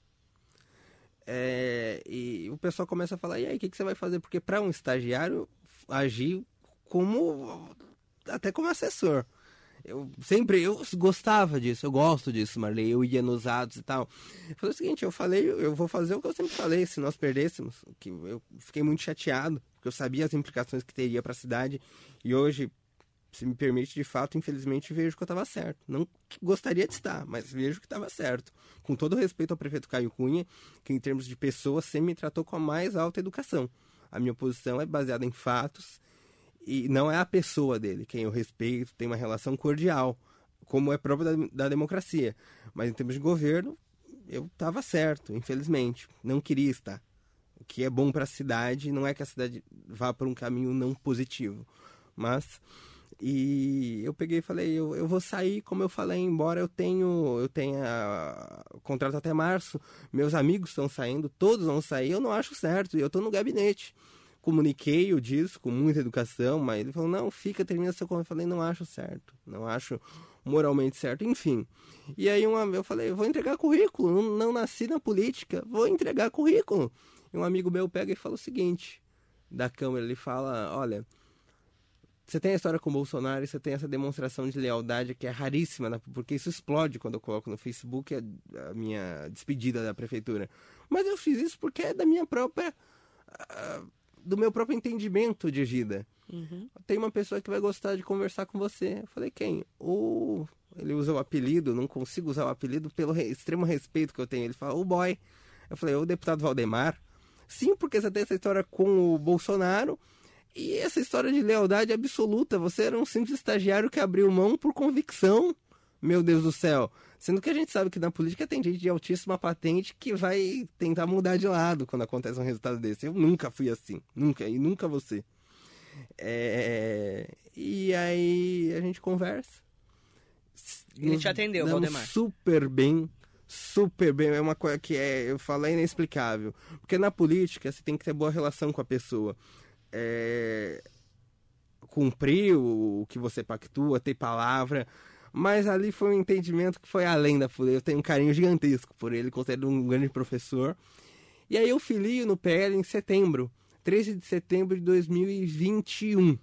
S2: É, e o pessoal começa a falar, e aí, o que, que você vai fazer? Porque para um estagiário agir como até como assessor. Eu sempre eu gostava disso, eu gosto disso, Marley. Eu ia nos atos e tal. Foi o seguinte, eu falei, eu vou fazer o que eu sempre falei, se nós perdêssemos, que eu fiquei muito chateado, porque eu sabia as implicações que teria para a cidade, e hoje, se me permite, de fato, infelizmente, vejo que eu estava certo. Não que gostaria de estar, mas vejo que estava certo. Com todo o respeito ao prefeito Caio Cunha, que em termos de pessoa sempre me tratou com a mais alta educação. A minha posição é baseada em fatos, e não é a pessoa dele, quem eu respeito, tem uma relação cordial, como é próprio da, da democracia. Mas em termos de governo, eu estava certo, infelizmente. Não queria estar. O que é bom para a cidade, não é que a cidade vá por um caminho não positivo. Mas, e eu peguei e falei, eu, eu vou sair, como eu falei, embora eu tenho, eu tenha contrato até março, meus amigos estão saindo, todos vão sair, eu não acho certo, e eu estou no gabinete. comuniquei o disco com muita educação, mas ele falou, não, fica, termina seu convênio. Eu falei, não acho certo, não acho moralmente certo, enfim. E aí uma, eu falei, vou entregar currículo, não, não nasci na política, vou entregar currículo. E um amigo meu pega e fala o seguinte, da Câmara, ele fala, olha, você tem a história com o Bolsonaro e você tem essa demonstração de lealdade que é raríssima, porque isso explode quando eu coloco no Facebook a, a minha despedida da prefeitura. Mas eu fiz isso porque é da minha própria, uh, do meu próprio entendimento de vida. Uhum. Tem uma pessoa que vai gostar de conversar com você. Eu falei, quem? O... Ele usa o apelido, não consigo usar o apelido pelo re... extremo respeito que eu tenho. Ele fala, o boy. Eu falei, o deputado Valdemar. Sim, porque você tem essa história com o Bolsonaro e essa história de lealdade absoluta. Você era um simples estagiário que abriu mão por convicção. Meu Deus do céu. Sendo que a gente sabe que na política tem gente de altíssima patente que vai tentar mudar de lado quando acontece um resultado desse. Eu nunca fui assim. Nunca. E nunca vou ser. É... E aí a gente conversa.
S1: Ele te atendeu, Valdemar?
S2: Super bem. Super bem. É uma coisa que é, eu falo, é inexplicável. Porque na política você tem que ter boa relação com a pessoa. É... Cumprir o que você pactua, ter palavra. Mas ali foi um entendimento que foi além da política. Eu tenho um carinho gigantesco por ele, considero um grande professor. E aí eu filio no P L em setembro. treze de setembro de dois mil e vinte e um.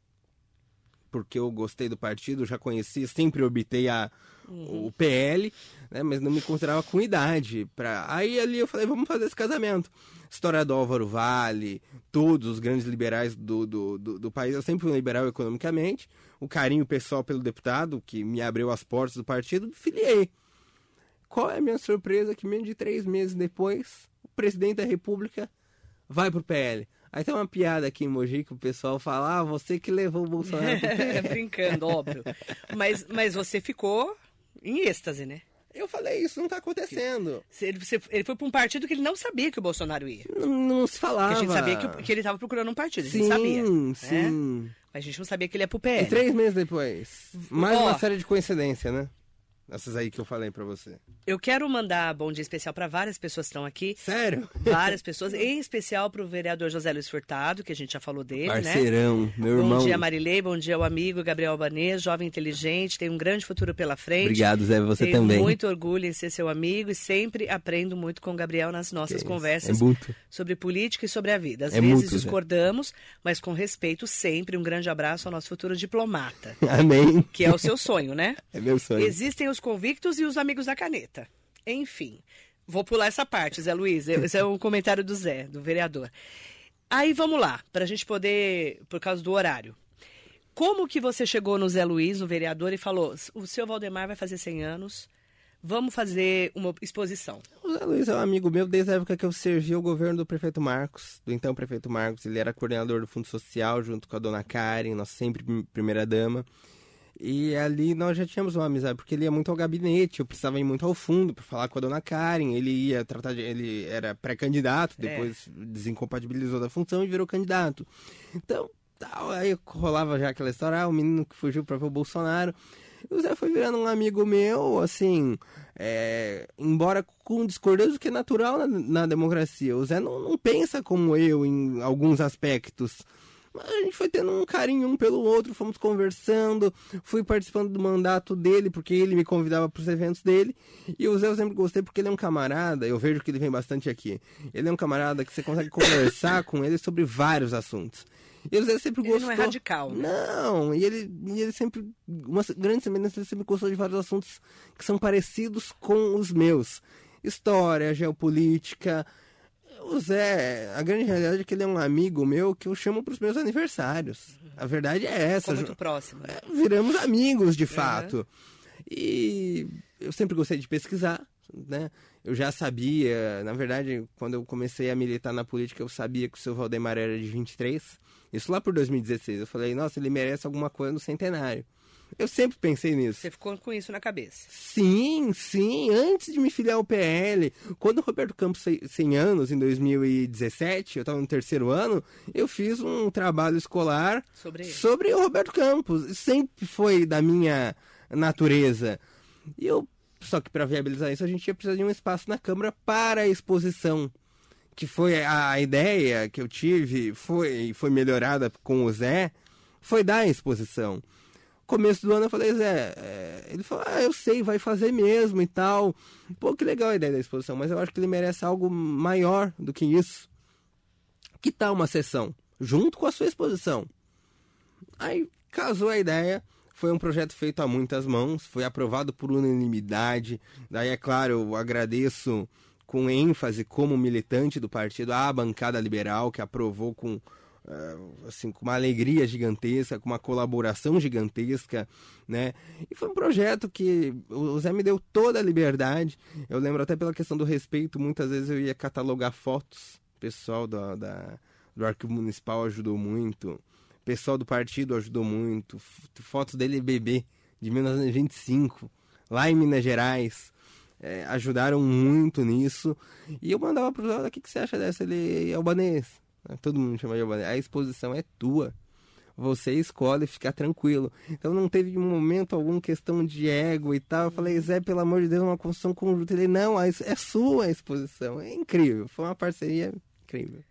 S2: Porque eu gostei do partido, já conheci, sempre orbitei a, uhum. o P L, né, mas não me considerava com idade. Pra... Aí ali eu falei, vamos fazer esse casamento. História do Álvaro Vale, todos os grandes liberais do, do, do, do país. Eu sempre fui um liberal economicamente. O carinho pessoal pelo deputado, que me abriu as portas do partido, filiei. Qual é a minha surpresa? Que menos de três meses depois, o presidente da República vai pro P L. Aí tem uma piada aqui em Mogi que o pessoal fala, ah, você que levou o Bolsonaro pro P L.
S1: Brincando, óbvio. Mas, mas você ficou em êxtase, né?
S2: Eu falei, isso não tá acontecendo.
S1: Ele, você, ele foi pra um partido que ele não sabia que o Bolsonaro ia.
S2: Não, não se falava.
S1: Porque a gente sabia que, que ele tava procurando um partido, a gente
S2: sim,
S1: sabia.
S2: Sim, sim.
S1: Né? Mas a gente não sabia que ele ia pro P L.
S2: E três meses depois. Mais
S1: Ó,
S2: uma série de coincidência, né? Essas aí que eu falei pra você.
S1: Eu quero mandar bom dia especial para várias pessoas que estão aqui.
S2: Sério?
S1: Várias pessoas, em especial pro vereador José Luiz Furtado, que a gente já falou dele,
S2: Parceirão,
S1: né?
S2: meu irmão.
S1: Bom dia, Marilei, bom dia ao amigo Gabriel Albanês, jovem inteligente, tem um grande futuro pela frente.
S2: Obrigado, Zé, você
S1: Tenho
S2: também.
S1: Tenho muito orgulho em ser seu amigo e sempre aprendo muito com o Gabriel nas nossas
S2: que
S1: conversas
S2: é muito.
S1: sobre política e sobre a vida. Às
S2: é
S1: vezes
S2: muito,
S1: discordamos, mas com respeito sempre. Um grande abraço ao nosso futuro diplomata.
S2: Amém.
S1: Que é o seu sonho, né?
S2: É meu sonho.
S1: Existem os convictos e os amigos da caneta. Enfim, vou pular essa parte, Zé Luiz. Esse é um comentário do Zé, do vereador. Aí vamos lá, para a gente poder, por causa do horário. Como que você chegou no Zé Luiz, no vereador, e falou, o seu Valdemar vai fazer cem anos, vamos fazer uma exposição?
S2: O Zé Luiz é um amigo meu desde a época que eu servi o governo do prefeito Marcos, do então prefeito Marcos. Ele era coordenador do Fundo Social, junto com a dona Karen, nossa sempre primeira-dama. E ali nós já tínhamos uma amizade, porque ele ia muito ao gabinete, eu precisava ir muito ao fundo para falar com a dona Karen, ele ia tratar de... ele era pré-candidato, depois é. desincompatibilizou da função e virou candidato. Então, tal, aí rolava já aquela história, ah, o menino que fugiu para ver o Bolsonaro. E o Zé foi virando um amigo meu, assim, é, embora com discordância, que é natural na, na democracia. O Zé não, não pensa como eu em alguns aspectos. Mas a gente foi tendo um carinho um pelo outro, fomos conversando, fui participando do mandato dele, porque ele me convidava para os eventos dele. E o Zé eu sempre gostei porque ele é um camarada, eu vejo que ele vem bastante aqui. Ele é um camarada que você consegue conversar com ele sobre vários assuntos. E o Zé sempre gostou...
S1: Ele não é radical, né?
S2: Não, e ele, e ele sempre... Uma grande semelhança, ele sempre gostou de vários assuntos que são parecidos com os meus. História, geopolítica... O Zé, a grande realidade é que ele é um amigo meu que eu chamo para os meus aniversários. A verdade é essa.
S1: Ficou muito próximo.
S2: É, viramos amigos, de fato. Uhum. E eu sempre gostei de pesquisar, né? Eu já sabia, na verdade, quando eu comecei a militar na política, eu sabia que o seu Valdemar era de vinte e três. Isso lá por dois mil e dezesseis. Eu falei, nossa, ele merece alguma coisa no centenário. Eu sempre pensei nisso.
S1: Você ficou com isso na cabeça?
S2: Sim, sim. Antes de me filiar ao P L, quando o Roberto Campos fez cem anos, em dois mil e dezessete, eu estava no terceiro ano, eu fiz um trabalho escolar
S1: sobre, ele.
S2: sobre o Roberto Campos. Sempre foi da minha natureza. E eu, só que para viabilizar isso, a gente ia precisar de um espaço na Câmara para a exposição, que foi a ideia que eu tive, foi, foi melhorada com o Zé, foi dar a exposição. Começo do ano eu falei, Zé, é... ele falou, ah, eu sei, vai fazer mesmo e tal. Pô, que legal a ideia da exposição, mas eu acho que ele merece algo maior do que isso. Que tal uma sessão, junto com a sua exposição? Aí casou a ideia, foi um projeto feito a muitas mãos, foi aprovado por unanimidade. Daí, é claro, eu agradeço com ênfase como militante do partido à bancada liberal, que aprovou com, uh, assim, com uma alegria gigantesca, com uma colaboração gigantesca, né? E foi um projeto que o Zé me deu toda a liberdade. Eu lembro até pela questão do respeito, muitas vezes eu ia catalogar fotos. O pessoal da, da, do Arquivo Municipal ajudou muito. O pessoal do partido ajudou muito. Fotos dele bebê, de mil novecentos e vinte e cinco, lá em Minas Gerais. É, ajudaram muito nisso. E eu mandava pro Zé, o que, que você acha dessa? Ele é albanês. Todo mundo chama de albanês. A exposição é tua. Você escolhe, fica tranquilo. Então não teve um momento algum questão de ego e tal. Eu falei, Zé, pelo amor de Deus, uma construção conjunta. Ele, não, é sua a exposição. É incrível. Foi uma parceria incrível.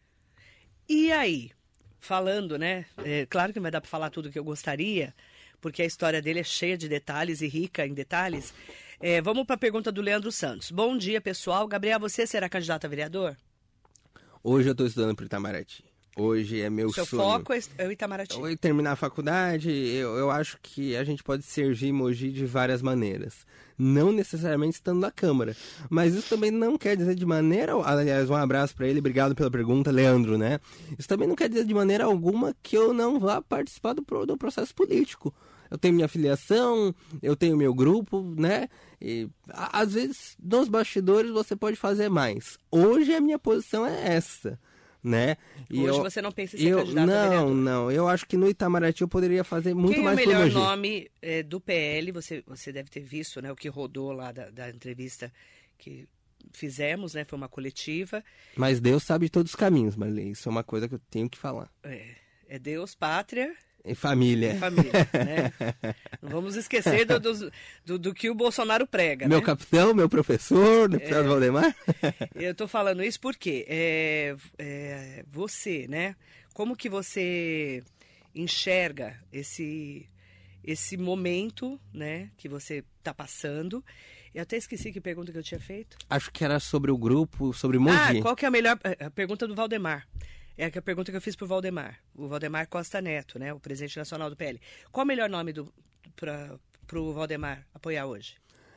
S1: E aí, falando, né? É, claro que não vai dar para falar tudo que eu gostaria, porque a história dele é cheia de detalhes e rica em detalhes. É, vamos para a pergunta do Leandro Santos. Bom dia, pessoal. Gabriel, você será candidato a vereador?
S2: Hoje eu estou estudando para Itamaraty. Hoje é meu
S1: Seu
S2: sonho.
S1: Seu foco é o Itamaraty.
S2: Eu terminar a faculdade, eu, eu acho que a gente pode servir Mogi de várias maneiras. Não necessariamente estando na Câmara. Mas isso também não quer dizer de maneira... Aliás, um abraço para ele, obrigado pela pergunta, Leandro, né? Isso também não quer dizer de maneira alguma que eu não vá participar do, do processo político. Eu tenho minha filiação, eu tenho meu grupo, né? E às vezes, nos bastidores, você pode fazer mais. Hoje a minha posição é essa. Né? E
S1: Hoje
S2: eu,
S1: você não pensa em ser
S2: eu,
S1: candidato
S2: não,
S1: a vereador?
S2: Não, não. Eu acho que no Itamaraty eu poderia fazer muito
S1: Quem
S2: mais
S1: é o
S2: por
S1: melhor
S2: Mogi.
S1: nome é, do P L? Você, você deve ter visto, né? O que rodou lá da, da entrevista que fizemos, né? Foi uma coletiva.
S2: Mas Deus sabe de todos os caminhos, Marilei. Isso é uma coisa que eu tenho que falar.
S1: É, é Deus, pátria...
S2: E família.
S1: E família, né? Não vamos esquecer do, do, do, do que o Bolsonaro prega,
S2: Meu
S1: né?
S2: capitão, meu professor, deputado é, Valdemar.
S1: Eu tô falando isso porque é, é, você, né? Como que você enxerga esse, esse momento, né? Que você tá passando. Eu até esqueci que pergunta que eu tinha feito.
S2: Acho que era sobre o grupo, sobre Mogi.
S1: Ah, qual que é a melhor... A pergunta do Valdemar. É a pergunta que eu fiz pro Valdemar. O Valdemar Costa Neto, né? O presidente nacional do P L. Qual o melhor nome do, pra, pro Valdemar apoiar hoje?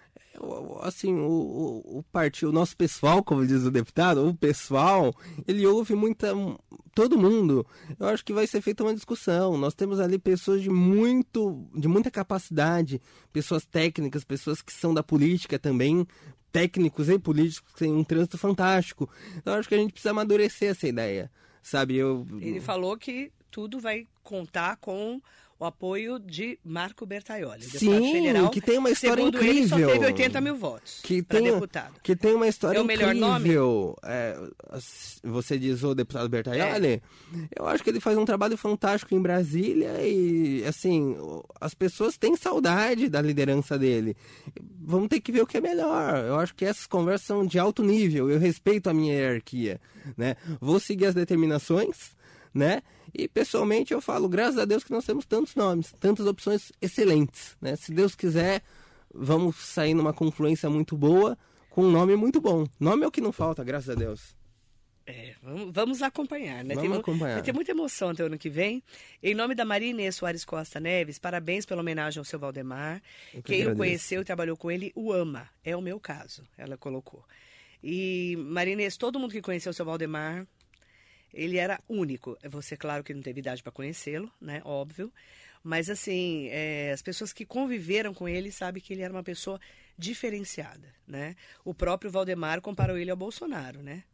S2: Assim, o, o, o partido, o nosso pessoal, como diz o deputado, o pessoal, ele ouve muita... Todo mundo. Eu acho que vai ser feita uma discussão. Nós temos ali pessoas de, muito, de muita capacidade, pessoas técnicas, pessoas que são da política também, técnicos e políticos que têm um trânsito fantástico. Então, eu acho que a gente precisa amadurecer essa ideia. Sabe, eu...
S1: Ele falou que tudo vai contar com o apoio de Marco Bertaioli,
S2: Sim,
S1: federal,
S2: que tem uma história
S1: segundo
S2: incrível.
S1: Ele só teve oitenta mil votos para deputado.
S2: Que tem uma história
S1: é o melhor
S2: incrível.
S1: Nome?
S2: É, você diz o deputado Bertaioli? É. Eu acho que ele faz um trabalho fantástico em Brasília e, assim, as pessoas têm saudade da liderança dele. Vamos ter que ver o que é melhor. Eu acho que essas conversas são de alto nível. Eu respeito a minha hierarquia, né? Vou seguir as determinações, né? E pessoalmente eu falo, graças a Deus que nós temos tantos nomes, tantas opções excelentes, né? Se Deus quiser, vamos sair numa confluência muito boa, com um nome muito bom. Nome é o que não falta, graças a Deus.
S1: É, vamos, vamos acompanhar, né?
S2: Vamos
S1: tem,
S2: acompanhar.
S1: Vai ter muita emoção até o ano que vem. Em nome da Maria Inês Soares Costa Neves, parabéns pela homenagem ao seu Valdemar.
S2: Que
S1: Quem
S2: agradeço.
S1: o conheceu e trabalhou com ele o ama. É o meu caso, ela colocou. E, Maria Inês, todo mundo que conheceu o seu Valdemar, ele era único. Você, claro, que não teve idade para conhecê-lo, né? Óbvio. Mas, assim, é, as pessoas que conviveram com ele sabem que ele era uma pessoa diferenciada, né? O próprio Valdemar comparou ele ao Bolsonaro, né?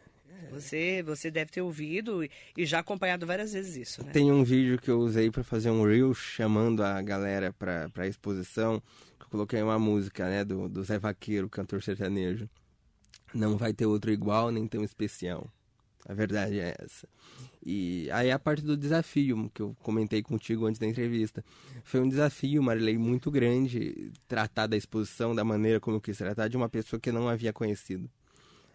S1: Você, você deve ter ouvido e, e já acompanhado várias vezes isso, né?
S2: Tem um vídeo que eu usei para fazer um reel chamando a galera para a exposição, que eu coloquei uma música, né, do, do Zé Vaqueiro, cantor sertanejo. Não vai ter outro igual, nem tão especial. A verdade é essa. E aí a parte do desafio, que eu comentei contigo antes da entrevista. Foi um desafio, Marilei, muito grande, tratar da exposição da maneira como eu quis tratar de uma pessoa que eu não havia conhecido.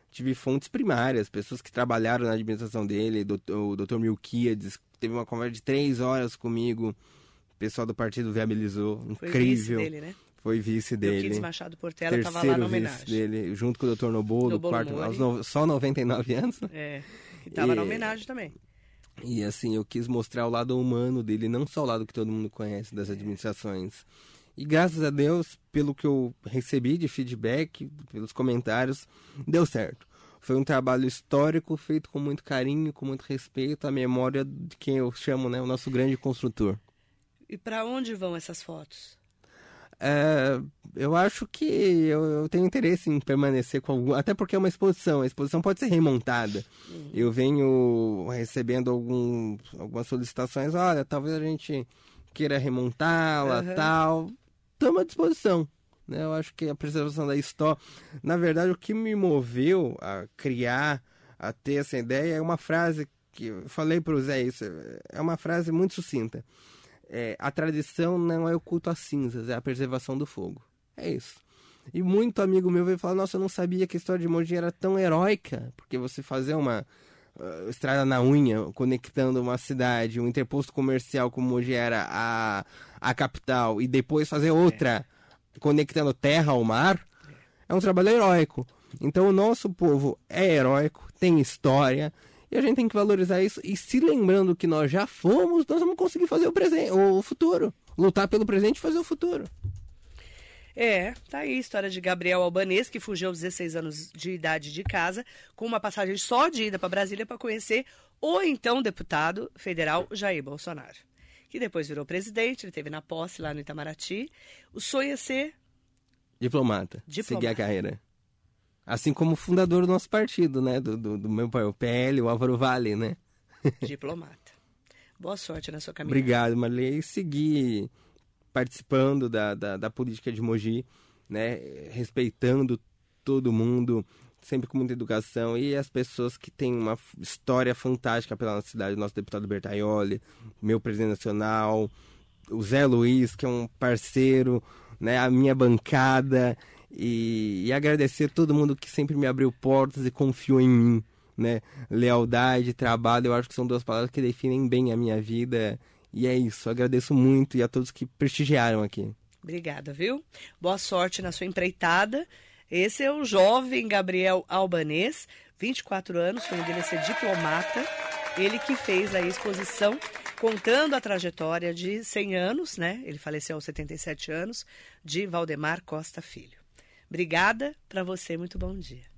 S2: tive fontes primárias, pessoas que trabalharam na administração dele, o doutor Milquiades, teve uma conversa de três horas comigo, o pessoal do partido viabilizou,
S1: Foi
S2: incrível.
S1: Vice dele, né?
S2: Foi vice dele.
S1: Milquiades Machado Portela estava lá na homenagem.
S2: Dele, junto com o doutor Nobolo,
S1: Nobolo
S2: quarto,
S1: Mori.
S2: aos no, só noventa e nove anos, né?
S1: É, que estava na homenagem também.
S2: E assim, eu quis mostrar o lado humano dele, não só o lado que todo mundo conhece das administrações. E graças a Deus, pelo que eu recebi de feedback, pelos comentários, deu certo. Foi um trabalho histórico, feito com muito carinho, com muito respeito, à memória de quem eu chamo, né, o nosso grande construtor.
S1: E para onde vão essas fotos?
S2: É, eu acho que eu, eu tenho interesse em permanecer com algum... Até porque é uma exposição. A exposição pode ser remontada. Uhum. Eu venho recebendo algum, algumas solicitações. Olha, talvez a gente queira remontá-la, uhum. tal. Estamos à disposição. Né? Eu acho que a preservação da história... Na verdade, o que me moveu a criar, a ter essa ideia, é uma frase que eu falei para o Zé isso. É uma frase muito sucinta. É, a tradição não é o culto às cinzas, é a preservação do fogo. É isso. E muito amigo meu veio falar, nossa, eu não sabia que a história de Mogi era tão heróica, porque você fazer uma uh, estrada na unha, conectando uma cidade, um interposto comercial como Mogi era a, a capital, e depois fazer outra, é. conectando terra ao mar, é um trabalho heróico. Então o nosso povo é heróico, tem história, e a gente tem que valorizar isso. E se lembrando que nós já fomos, nós vamos conseguir fazer o presente, o futuro. Lutar pelo presente e fazer o futuro.
S1: É, tá aí a história de Gabriel Albanês, que fugiu aos dezesseis anos de idade de casa, com uma passagem só de ida para Brasília para conhecer o então deputado federal Jair Bolsonaro. Que depois virou presidente, ele esteve na posse lá no Itamaraty. O sonho é ser...
S2: Diplomata.
S1: Diplomata.
S2: Seguir a carreira. Assim como o fundador do nosso partido, né? Do, do, do meu pai, o P L, o Álvaro Vale, né?
S1: Diplomata. Boa sorte na sua caminhada.
S2: Obrigado, Marley. E seguir participando da, da, da política de Mogi, né? Respeitando todo mundo, sempre com muita educação. E as pessoas que têm uma história fantástica pela nossa cidade. O nosso deputado Bertaioli, meu presidente nacional, o Zé Luiz, que é um parceiro, né? A minha bancada... E, e agradecer a todo mundo que sempre me abriu portas e confiou em mim, né? Lealdade, trabalho, eu acho que são duas palavras que definem bem a minha vida. E é isso, agradeço muito e a todos que prestigiaram aqui.
S1: Obrigada, viu? Boa sorte na sua empreitada. Esse é o jovem Gabriel Albanês, vinte e quatro anos, foi dele ser diplomata. Ele que fez a exposição contando a trajetória de cem anos, né? Ele faleceu aos setenta e sete anos, de Valdemar Costa Filho. Obrigada, para você, muito bom dia.